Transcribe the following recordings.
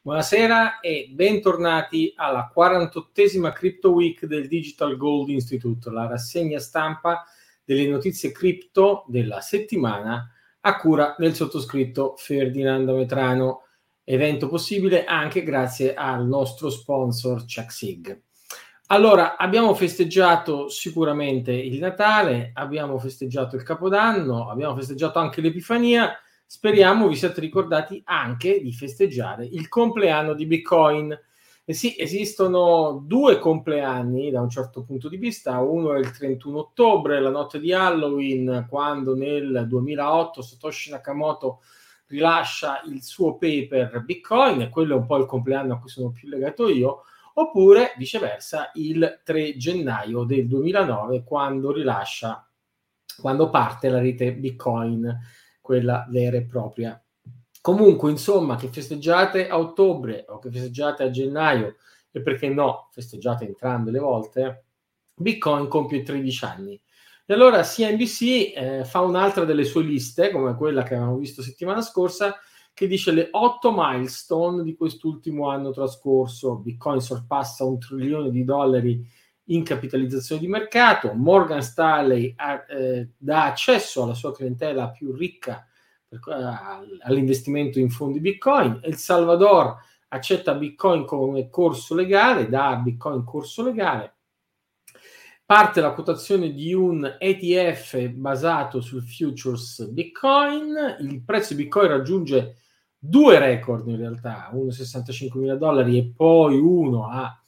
Buonasera e bentornati alla 48esima Crypto Week del Digital Gold Institute, la rassegna stampa delle notizie cripto della settimana a cura del sottoscritto Ferdinando Metrano, evento possibile anche grazie al nostro sponsor CheckSig. Allora, abbiamo festeggiato sicuramente il Natale, abbiamo festeggiato il Capodanno, abbiamo festeggiato anche l'Epifania. Speriamo vi siate ricordati anche di festeggiare il compleanno di Bitcoin. E sì, esistono due compleanni da un certo punto di vista. Uno è il 31 ottobre, la notte di Halloween, quando nel 2008 Satoshi Nakamoto rilascia il suo paper Bitcoin, e quello è un po' il compleanno a cui sono più legato io. Oppure viceversa il 3 gennaio del 2009, quando parte la rete Bitcoin, quella vera e propria. Comunque, insomma, che festeggiate a ottobre o che festeggiate a gennaio, e perché no, festeggiate entrambe le volte, Bitcoin compie 13 anni. E allora CNBC fa un'altra delle sue liste, come quella che avevamo visto settimana scorsa, che dice le 8 milestone di quest'ultimo anno trascorso. Bitcoin sorpassa $1 trilione in capitalizzazione di mercato. Morgan Stanley dà accesso alla sua clientela più ricca all'investimento in fondi Bitcoin. El Salvador accetta Bitcoin come corso legale, dà Bitcoin corso legale. Parte la quotazione di un ETF basato sul futures Bitcoin. Il prezzo di Bitcoin raggiunge due record in realtà, uno a $65.000 e poi uno a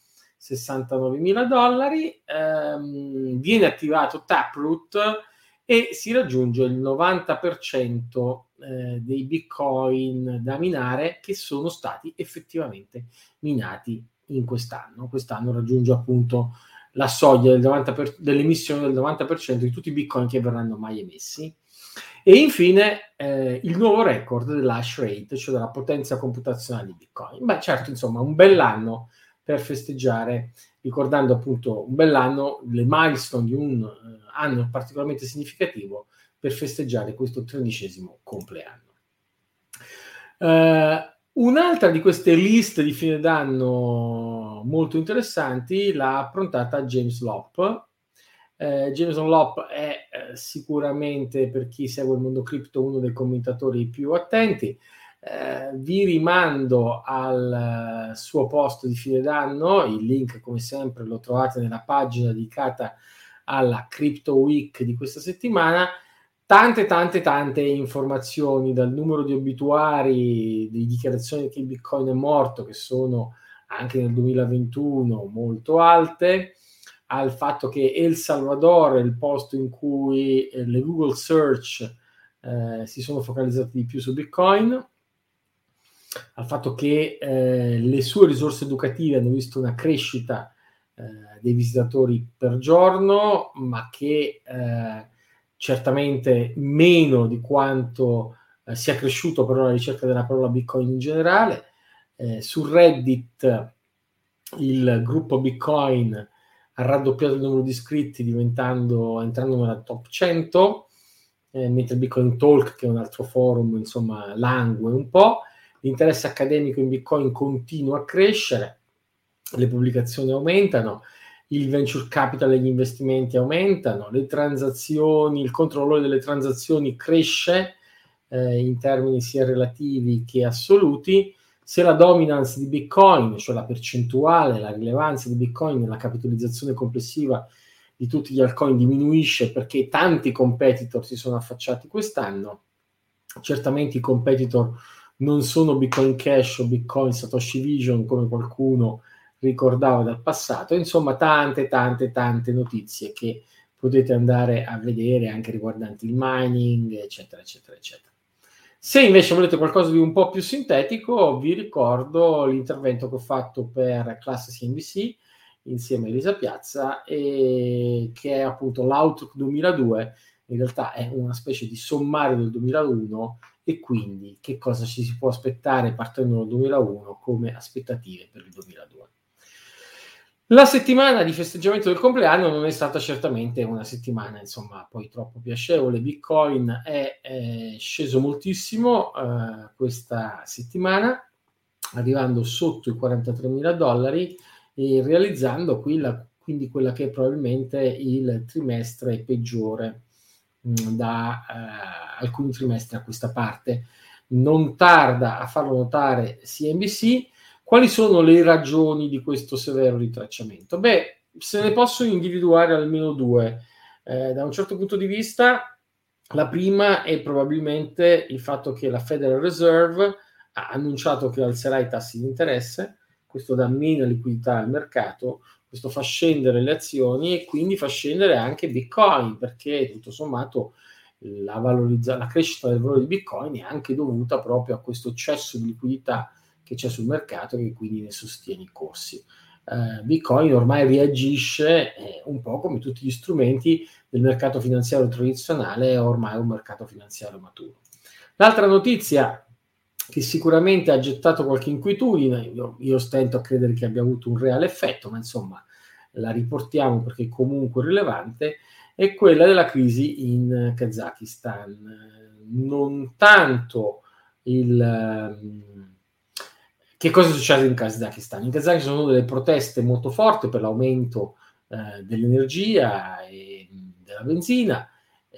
$69.000. Viene attivato Taproot e si raggiunge il 90% dei Bitcoin da minare che sono stati effettivamente minati in quest'anno. Quest'anno raggiunge appunto la soglia dell'emissione del 90% di tutti i Bitcoin che verranno mai emessi. E infine il nuovo record dell'hash rate, cioè della potenza computazionale di Bitcoin. Beh, certo, insomma, un bell'anno per festeggiare, ricordando appunto un bell'anno, le milestone di un anno particolarmente significativo per festeggiare questo 13° compleanno. Un'altra di queste liste di fine d'anno molto interessanti l'ha approntata James Lopp. Jameson Lopp è sicuramente, per chi segue il mondo cripto, uno dei commentatori più attenti. Vi rimando al suo post di fine d'anno, il link come sempre lo trovate nella pagina dedicata alla Crypto Week di questa settimana. Tante informazioni, dal numero di obituari, di dichiarazioni che il Bitcoin è morto, che sono anche nel 2021 molto alte, al fatto che El Salvador è il posto in cui le Google Search si sono focalizzate di più su Bitcoin, al fatto che le sue risorse educative hanno visto una crescita dei visitatori per giorno, ma che certamente meno di quanto sia cresciuto però la ricerca della parola Bitcoin in generale. Su Reddit il gruppo Bitcoin ha raddoppiato il numero di iscritti entrando nella top 100, mentre Bitcoin Talk, che è un altro forum, insomma, langue un po'. L'interesse accademico in Bitcoin continua a crescere, le pubblicazioni aumentano, il venture capital e gli investimenti aumentano, le transazioni, il controllo delle transazioni cresce in termini sia relativi che assoluti. Se la dominance di Bitcoin, cioè la percentuale, la rilevanza di Bitcoin nella capitalizzazione complessiva di tutti gli altcoin diminuisce perché tanti competitor si sono affacciati quest'anno, certamente i competitor non sono Bitcoin Cash o Bitcoin Satoshi Vision come qualcuno ricordava dal passato. Insomma, tante notizie che potete andare a vedere anche riguardanti il mining, eccetera. Se invece volete qualcosa di un po' più sintetico, vi ricordo l'intervento che ho fatto per classe CNBC insieme a Elisa Piazza, che è appunto l'Outlook 2002. In realtà è una specie di sommario del 2001 e quindi che cosa ci si può aspettare partendo dal 2001 come aspettative per il 2002. La settimana di festeggiamento del compleanno non è stata certamente una settimana, insomma, poi troppo piacevole. Bitcoin è sceso moltissimo questa settimana, arrivando sotto i $43.000 e realizzando quindi quella che è probabilmente il trimestre peggiore da alcuni trimestri a questa parte. Non tarda a farlo notare CNBC. Quali sono le ragioni di questo severo ritracciamento? Beh, se ne possono individuare almeno due. Da un certo punto di vista, la prima è probabilmente il fatto che la Federal Reserve ha annunciato che alzerà i tassi di interesse, questo dà meno liquidità al mercato, questo fa scendere le azioni e quindi fa scendere anche Bitcoin, perché tutto sommato la crescita del valore di Bitcoin è anche dovuta proprio a questo eccesso di liquidità che c'è sul mercato e che quindi ne sostiene i corsi. Bitcoin ormai reagisce un po' come tutti gli strumenti del mercato finanziario tradizionale, è ormai un mercato finanziario maturo. L'altra notizia che sicuramente ha gettato qualche inquietudine, io stento a credere che abbia avuto un reale effetto, ma insomma la riportiamo perché è comunque rilevante, è quella della crisi in Kazakistan. Non tanto che cosa è successo in Kazakistan? In Kazakistan sono delle proteste molto forti per l'aumento dell'energia e della benzina.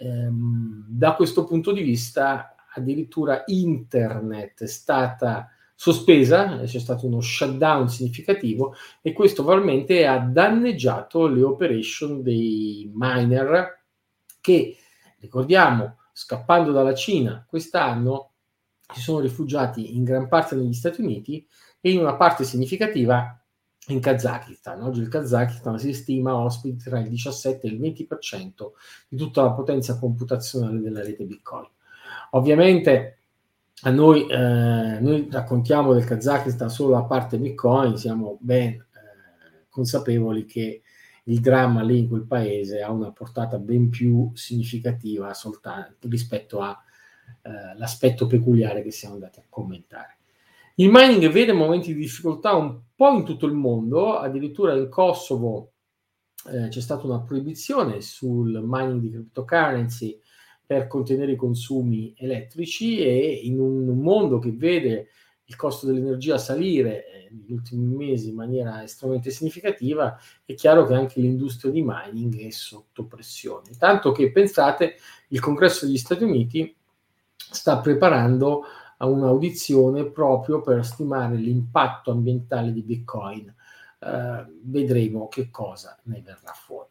Da questo punto di vista addirittura internet è stata sospesa, c'è stato uno shutdown significativo e questo probabilmente ha danneggiato le operation dei miner che, ricordiamo, scappando dalla Cina quest'anno si sono rifugiati in gran parte negli Stati Uniti e in una parte significativa in Kazakistan. Oggi il Kazakistan si stima ospiti tra il 17 e il 20% di tutta la potenza computazionale della rete Bitcoin. Ovviamente a noi raccontiamo del Kazakistan solo la parte Bitcoin, siamo ben consapevoli che il dramma lì in quel paese ha una portata ben più significativa soltanto rispetto all'aspetto peculiare che siamo andati a commentare. Il mining vede momenti di difficoltà un po' in tutto il mondo, addirittura in Kosovo c'è stata una proibizione sul mining di cryptocurrency per contenere i consumi elettrici e in un mondo che vede il costo dell'energia salire negli ultimi mesi in maniera estremamente significativa, è chiaro che anche l'industria di mining è sotto pressione. Tanto che, pensate, il Congresso degli Stati Uniti sta preparando a un'audizione proprio per stimare l'impatto ambientale di Bitcoin. Vedremo che cosa ne verrà fuori.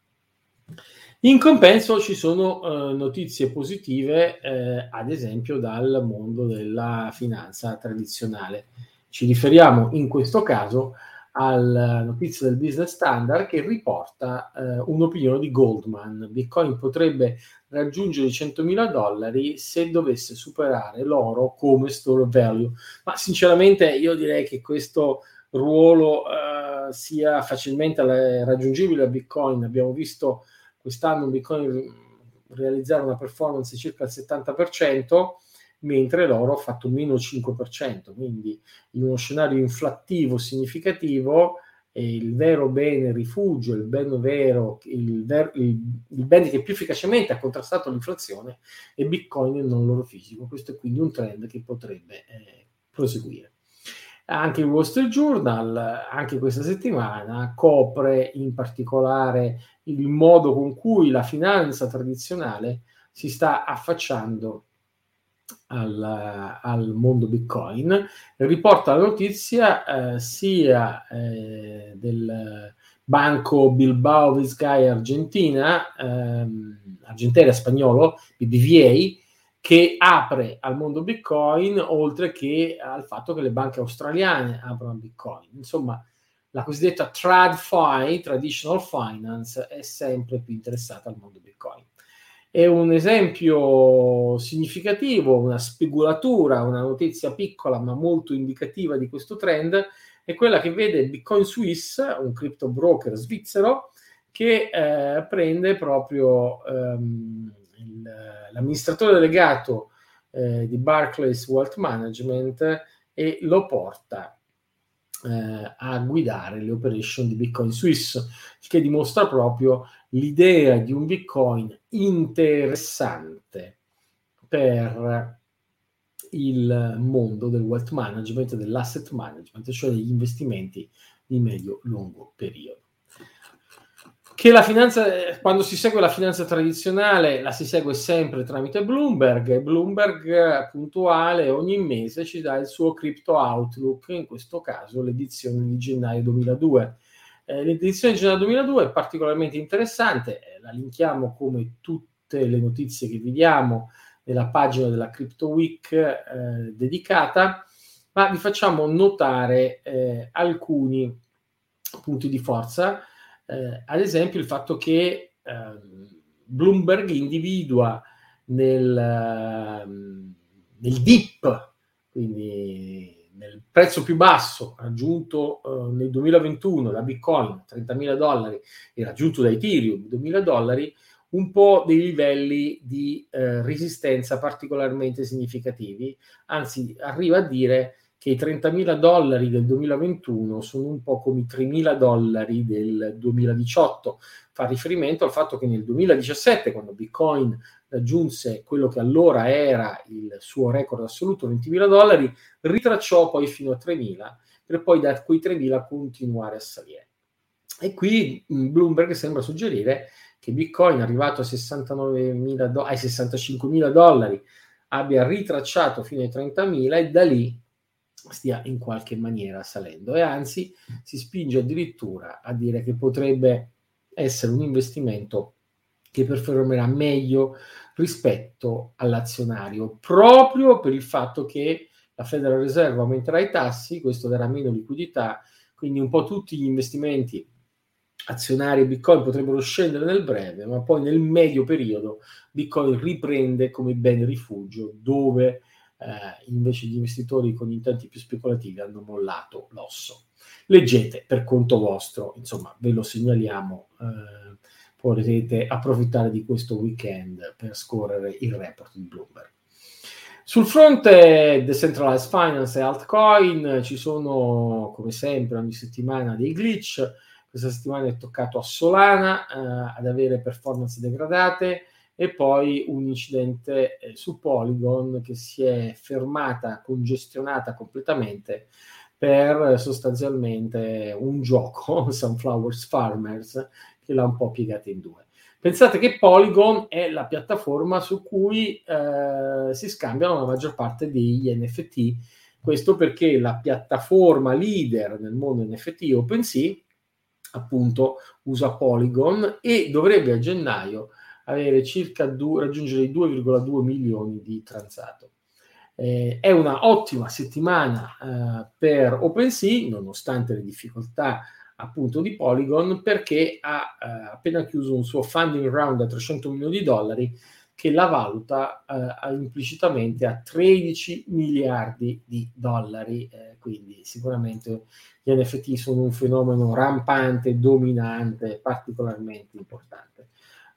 In compenso ci sono notizie positive, ad esempio dal mondo della finanza tradizionale. Ci riferiamo in questo caso alla notizia del Business Standard che riporta un'opinione di Goldman. Bitcoin potrebbe raggiungere i $100.000 se dovesse superare l'oro come store of value. Ma sinceramente io direi che questo ruolo sia facilmente raggiungibile a Bitcoin. Abbiamo visto quest'anno un Bitcoin realizzare una performance di circa il 70%, mentre l'oro ha fatto meno 5%, quindi in uno scenario inflattivo significativo il vero bene rifugio, il bene vero, il bene che più efficacemente ha contrastato l'inflazione è Bitcoin e non l'oro fisico. Questo è quindi un trend che potrebbe proseguire. Anche il Wall Street Journal, anche questa settimana, copre in particolare il modo con cui la finanza tradizionale si sta affacciando al mondo Bitcoin. Riporta la notizia sia del Banco Bilbao Vizcaya Argentina spagnolo, BBVA, che apre al mondo Bitcoin, oltre che al fatto che le banche australiane aprono Bitcoin. Insomma, la cosiddetta TradFi, Traditional Finance, è sempre più interessata al mondo Bitcoin. È un esempio significativo, una spigolatura, una notizia piccola ma molto indicativa di questo trend, è quella che vede Bitcoin Swiss, un crypto broker svizzero, che prende proprio l'amministratore delegato di Barclays Wealth Management e lo porta a guidare le operation di Bitcoin Swiss, il che dimostra proprio l'idea di un Bitcoin interessante per il mondo del wealth management e dell'asset management, cioè degli investimenti di medio-lungo periodo. Che la finanza, quando si segue la finanza tradizionale, la si segue sempre tramite Bloomberg, e Bloomberg puntuale ogni mese ci dà il suo Crypto Outlook, in questo caso l'edizione di gennaio 2002. L'edizione di gennaio 2002 è particolarmente interessante, la linkiamo come tutte le notizie che vi diamo nella pagina della Crypto Week dedicata, ma vi facciamo notare alcuni punti di forza. Ad esempio il fatto che Bloomberg individua nel dip, quindi nel prezzo più basso raggiunto nel 2021 da Bitcoin, $30.000, e raggiunto da Ethereum, $2.000, un po' dei livelli di resistenza particolarmente significativi, anzi arriva a dire che i $30.000 del 2021 sono un po' come i $3.000 del 2018. Fa riferimento al fatto che nel 2017, quando Bitcoin raggiunse quello che allora era il suo record assoluto, $20.000, ritracciò poi fino a 3.000, per poi da quei 3.000 continuare a salire. E qui Bloomberg sembra suggerire che Bitcoin, arrivato a ai $65.000, abbia ritracciato fino ai 30.000 e da lì stia in qualche maniera salendo, e anzi si spinge addirittura a dire che potrebbe essere un investimento che performerà meglio rispetto all'azionario, proprio per il fatto che la Federal Reserve aumenterà i tassi, questo darà meno liquidità, quindi un po' tutti gli investimenti azionari e Bitcoin potrebbero scendere nel breve, ma poi nel medio periodo Bitcoin riprende come bene rifugio, dove invece gli investitori con intenti più speculativi hanno mollato l'osso. Leggete per conto vostro, insomma, ve lo segnaliamo, potete approfittare di questo weekend per scorrere il report di Bloomberg. Sul fronte decentralized finance e altcoin ci sono, come sempre, ogni settimana dei glitch. Questa settimana è toccato a Solana ad avere performance degradate, e poi un incidente su Polygon che si è fermata, congestionata completamente per sostanzialmente un gioco, Sunflowers Farmers, che l'ha un po' piegata in due. Pensate che Polygon è la piattaforma su cui si scambiano la maggior parte degli NFT, questo perché la piattaforma leader nel mondo NFT, OpenSea, appunto usa Polygon e dovrebbe a gennaio avere raggiungere i 2,2 milioni di transato. È una ottima settimana per OpenSea, nonostante le difficoltà appunto di Polygon, perché ha appena chiuso un suo funding round a $300 milioni che la valuta implicitamente a $13 miliardi, quindi sicuramente gli NFT sono un fenomeno rampante, dominante, particolarmente importante.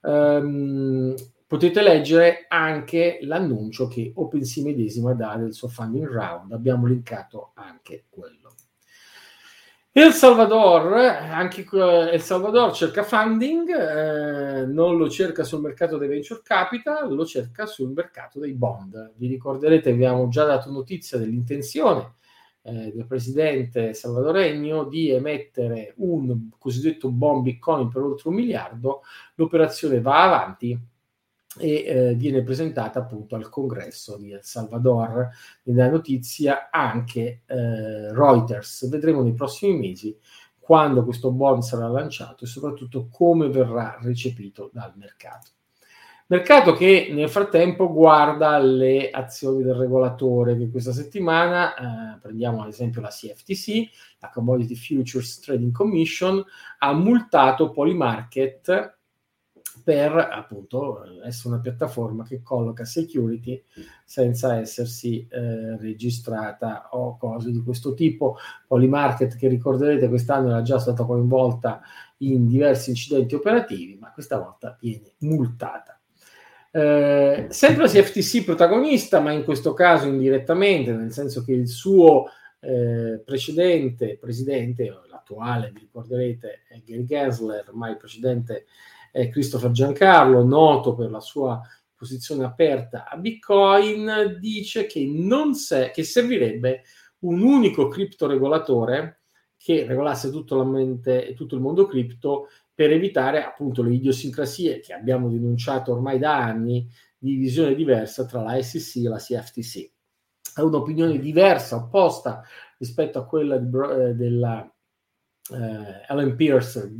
Potete leggere anche l'annuncio che OpenSea medesima dà del suo funding round, abbiamo linkato anche quello. El Salvador, anche El Salvador cerca funding, non lo cerca sul mercato dei venture capital, lo cerca sul mercato dei bond. Vi ricorderete, abbiamo già dato notizia dell'intenzione del presidente salvadoregno di emettere un cosiddetto bond Bitcoin per oltre $1 miliardo. L'operazione va avanti e viene presentata appunto al congresso di El Salvador. Nella notizia anche Reuters. Vedremo nei prossimi mesi quando questo bond sarà lanciato e soprattutto come verrà recepito dal mercato. Mercato che nel frattempo guarda le azioni del regolatore, che questa settimana, prendiamo ad esempio la CFTC, la Commodity Futures Trading Commission, ha multato Polymarket per appunto essere una piattaforma che colloca security senza essersi registrata o cose di questo tipo. Polymarket, che ricorderete quest'anno era già stata coinvolta in diversi incidenti operativi, ma questa volta viene multata. Sempre la CFTC protagonista, ma in questo caso indirettamente, nel senso che il suo precedente presidente, l'attuale, vi ricorderete, è Gary Gensler, ma il precedente è Christopher Giancarlo, noto per la sua posizione aperta a Bitcoin, dice che servirebbe un unico criptoregolatore che regolasse tutto il mondo cripto, per evitare appunto le idiosincrasie che abbiamo denunciato ormai da anni di visione diversa tra la SEC e la CFTC. È un'opinione diversa, opposta rispetto a quella della Ellen Pierce,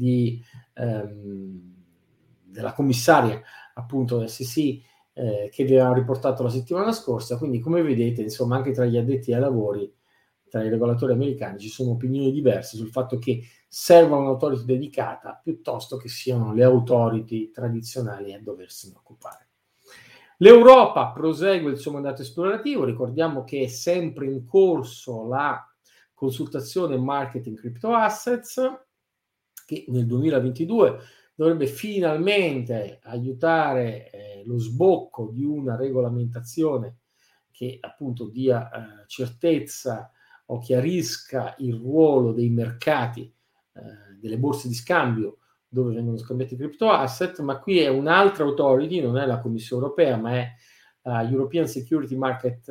della commissaria appunto del SEC, che vi avevamo riportato la settimana scorsa. Quindi, come vedete, insomma, anche tra gli addetti ai lavori, tra i regolatori americani, ci sono opinioni diverse sul fatto che serva un'autority dedicata piuttosto che siano le autority tradizionali a doversene occupare. L'Europa prosegue il suo mandato esplorativo. Ricordiamo che è sempre in corso la consultazione marketing crypto assets, che nel 2022 dovrebbe finalmente aiutare lo sbocco di una regolamentazione che appunto dia certezza o chiarisca il ruolo dei mercati, delle borse di scambio dove vengono scambiati crypto asset. Ma qui è un'altra authority, non è la Commissione europea, ma è la European Security Market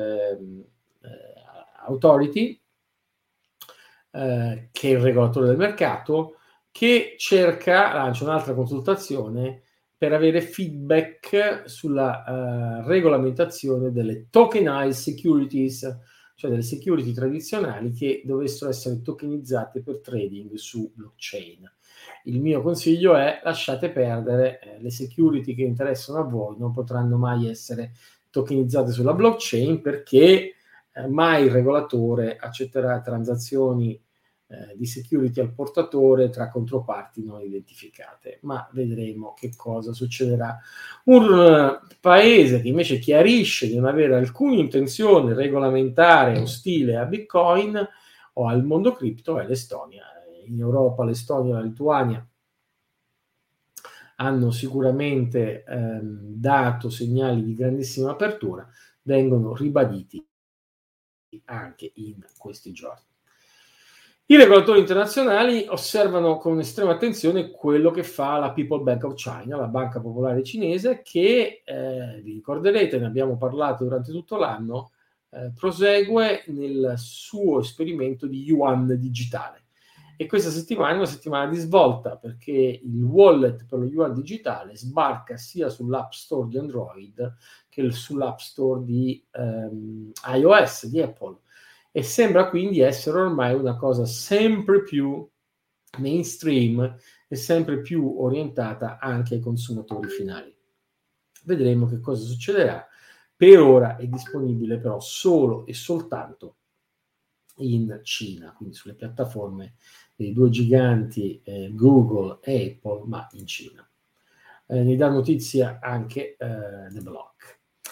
Authority, che è il regolatore del mercato, che lancia un'altra consultazione per avere feedback sulla regolamentazione delle tokenized securities, cioè delle security tradizionali che dovessero essere tokenizzate per trading su blockchain. Il mio consiglio è: lasciate perdere, le security che interessano a voi non potranno mai essere tokenizzate sulla blockchain, perché mai il regolatore accetterà transazioni di security al portatore tra controparti non identificate. Ma vedremo che cosa succederà. Un paese che invece chiarisce di non avere alcuna intenzione regolamentare ostile a Bitcoin o al mondo cripto è l'Estonia. In Europa l'Estonia e la Lituania hanno sicuramente dato segnali di grandissima apertura, vengono ribaditi anche in questi giorni. I regolatori internazionali osservano con estrema attenzione quello che fa la People Bank of China, la banca popolare cinese, che, vi ricorderete, ne abbiamo parlato durante tutto l'anno, prosegue nel suo esperimento di yuan digitale. E questa settimana è una settimana di svolta, perché il wallet per lo yuan digitale sbarca sia sull'App Store di Android che sull'App Store di iOS, di Apple. E sembra quindi essere ormai una cosa sempre più mainstream e sempre più orientata anche ai consumatori finali. Vedremo che cosa succederà. Per ora è disponibile però solo e soltanto in Cina, quindi sulle piattaforme dei due giganti Google e Apple, ma in Cina. Ne dà notizia anche The Block.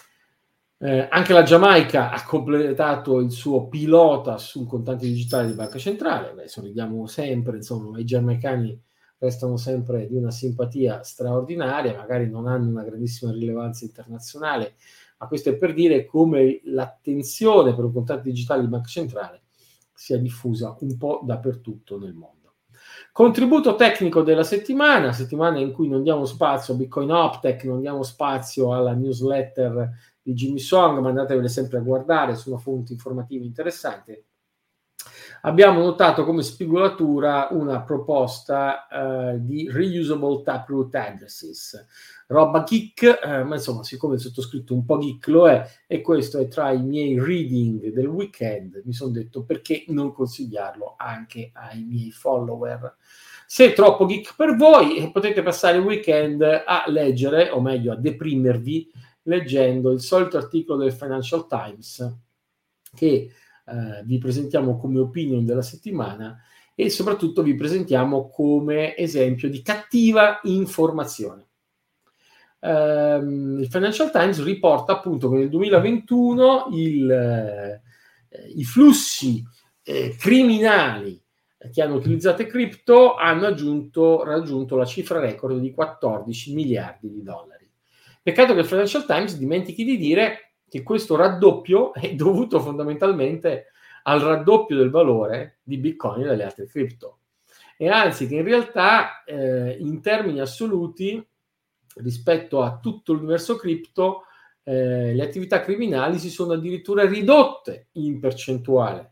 Anche la Giamaica ha completato il suo pilota sul contante digitale di banca centrale. Sorridiamo sempre, insomma, i giamaicani restano sempre di una simpatia straordinaria, magari non hanno una grandissima rilevanza internazionale, ma questo è per dire come l'attenzione per un contante digitale di banca centrale sia diffusa un po' dappertutto nel mondo. Contributo tecnico della settimana in cui non diamo spazio a Bitcoin Optech, non diamo spazio alla newsletter di Jimmy Song, ma andatevele sempre a guardare, sono fonti informative interessanti. Abbiamo notato come spigolatura una proposta di reusable taproot addresses, roba geek, ma insomma, siccome il sottoscritto un po' geek lo è, e questo è tra i miei reading del weekend, mi sono detto perché non consigliarlo anche ai miei follower. Se è troppo geek per voi, potete passare il weekend a leggere, o meglio a deprimervi, leggendo il solito articolo del Financial Times che vi presentiamo come opinion della settimana e soprattutto vi presentiamo come esempio di cattiva informazione. Il Financial Times riporta appunto che nel 2021 i flussi criminali che hanno utilizzato cripto hanno raggiunto la cifra record di 14 miliardi di dollari. Peccato che il Financial Times dimentichi di dire che questo raddoppio è dovuto fondamentalmente al raddoppio del valore di Bitcoin e delle altre cripto. E anzi che in realtà in termini assoluti rispetto a tutto l'universo cripto, le attività criminali si sono addirittura ridotte in percentuale.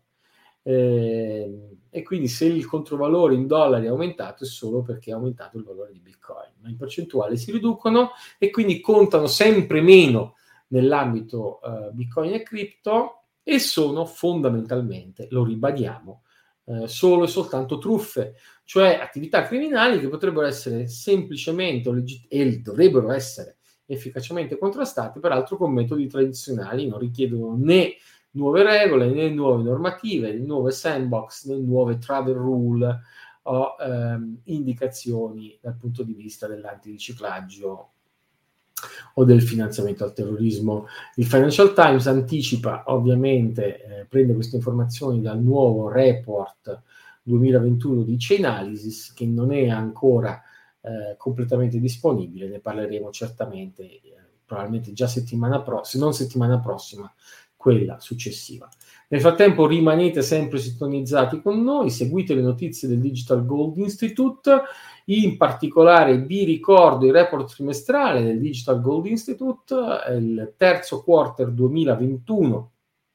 E quindi se il controvalore in dollari è aumentato è solo perché è aumentato il valore di Bitcoin, ma in percentuale si riducono e quindi contano sempre meno nell'ambito Bitcoin e cripto e sono fondamentalmente, lo ribadiamo, solo e soltanto truffe, cioè attività criminali che potrebbero essere semplicemente e dovrebbero essere efficacemente contrastate, peraltro con metodi tradizionali, non richiedono né nuove regole, né nuove normative, né nuove sandbox, né nuove travel rule o indicazioni dal punto di vista dell'antiriciclaggio o del finanziamento al terrorismo. Il Financial Times anticipa, ovviamente, prende queste informazioni dal nuovo report 2021 di Chainalysis, che non è ancora completamente disponibile, ne parleremo certamente, probabilmente già settimana prossima, non settimana prossima, quella successiva. Nel frattempo rimanete sempre sintonizzati con noi, seguite le notizie del Digital Gold Institute, in particolare vi ricordo il report trimestrale del Digital Gold Institute, il terzo quarter 2021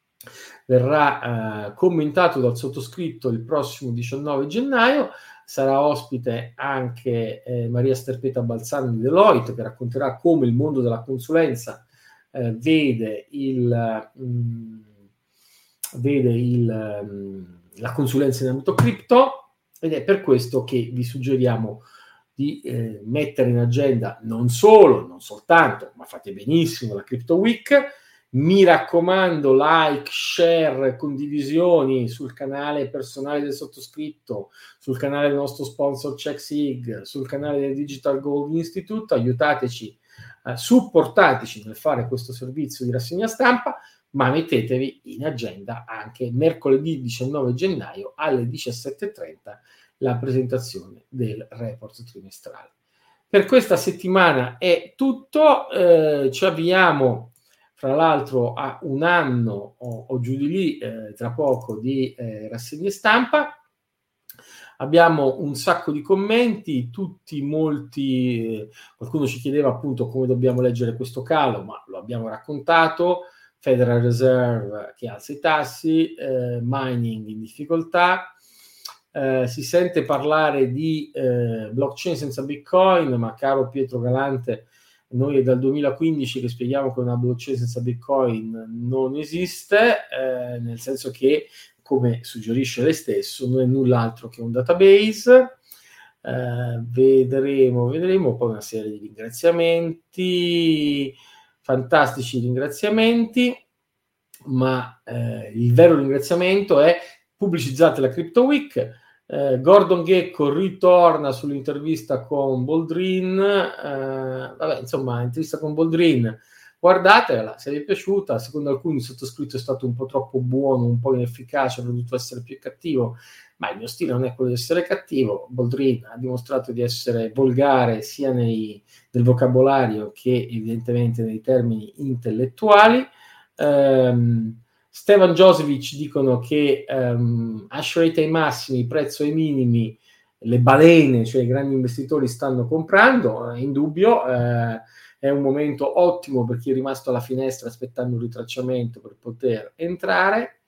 verrà commentato dal sottoscritto il prossimo 19 gennaio, sarà ospite anche Maria Sterpeta Balzano di Deloitte, che racconterà come il mondo della consulenza vede la consulenza in ambito cripto, ed è per questo che vi suggeriamo di mettere in agenda non soltanto, ma fate benissimo la Crypto Week. Mi raccomando, like, share, condivisioni sul canale personale del sottoscritto, sul canale del nostro sponsor CheckSig, sul canale del Digital Gold Institute, aiutateci, supportateci nel fare questo servizio di rassegna stampa, ma mettetevi in agenda anche mercoledì 19 gennaio alle 17:30 la presentazione del report trimestrale. Per questa settimana è tutto, ci avviamo fra l'altro a un anno o giù di lì tra poco di rassegne stampa. Abbiamo un sacco di commenti, qualcuno ci chiedeva appunto come dobbiamo leggere questo calo, ma lo abbiamo raccontato. Federal Reserve che alza i tassi, mining in difficoltà, si sente parlare di blockchain senza Bitcoin, ma caro Pietro Galante, noi è dal 2015 che spieghiamo che una blockchain senza Bitcoin non esiste, nel senso che, come suggerisce lei stesso, non è null'altro che un database. Vedremo poi una serie di ringraziamenti, fantastici ringraziamenti, ma il vero ringraziamento è: pubblicizzate la Crypto Week. Gordon Gekko ritorna sull'intervista con Boldrin, intervista con Boldrin, guardatela, se vi è piaciuta. Secondo alcuni il sottoscritto è stato un po' troppo buono, un po' inefficace, avrebbe dovuto essere più cattivo, ma il mio stile non è quello di essere cattivo. Boldrin ha dimostrato di essere volgare sia nel vocabolario che evidentemente nei termini intellettuali. Stefan Josevic dicono che hash rate ai massimi, prezzo ai minimi, le balene, cioè i grandi investitori stanno comprando, è indubbio, è un momento ottimo per chi è rimasto alla finestra aspettando un ritracciamento per poter entrare.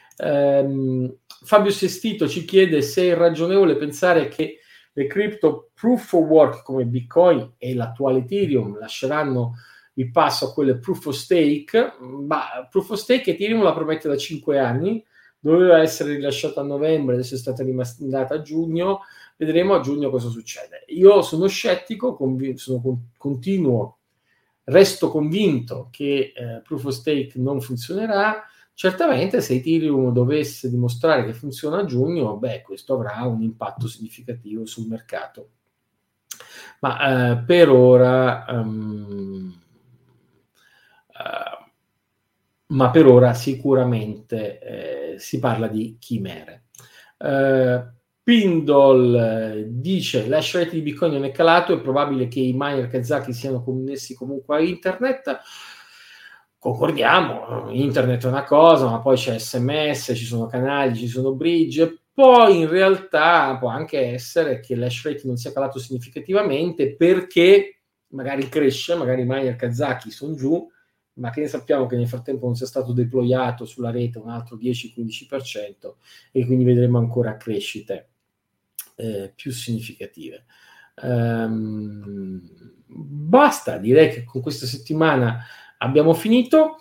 Fabio Sestito ci chiede se è ragionevole pensare che le crypto proof of work come Bitcoin e l'attuale Ethereum lasceranno il passo a quelle proof of stake. Ma proof of stake Ethereum la promette da 5 anni, doveva essere rilasciata a novembre, adesso è stata rimandata a giugno, vedremo a giugno cosa succede. Io sono scettico, resto convinto che proof of stake non funzionerà. Certamente se Ethereum dovesse dimostrare che funziona a giugno, questo avrà un impatto significativo sul mercato. Ma per ora sicuramente si parla di chimere. Pindol dice: l'hash rate di Bitcoin non è calato, è probabile che i miner kazaki siano connessi comunque a internet. Concordiamo, internet è una cosa, ma poi c'è SMS, ci sono canali, ci sono bridge. Poi in realtà può anche essere che l'hash rate non sia calato significativamente perché magari cresce, magari i miner kazaki sono giù, ma che ne sappiamo che nel frattempo non sia stato deployato sulla rete un altro 10-15% e quindi vedremo ancora crescite più significative. Basta, direi che con questa settimana abbiamo finito.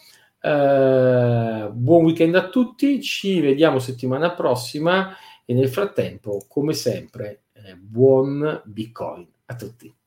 Buon weekend a tutti, ci vediamo settimana prossima e nel frattempo, come sempre, buon Bitcoin a tutti.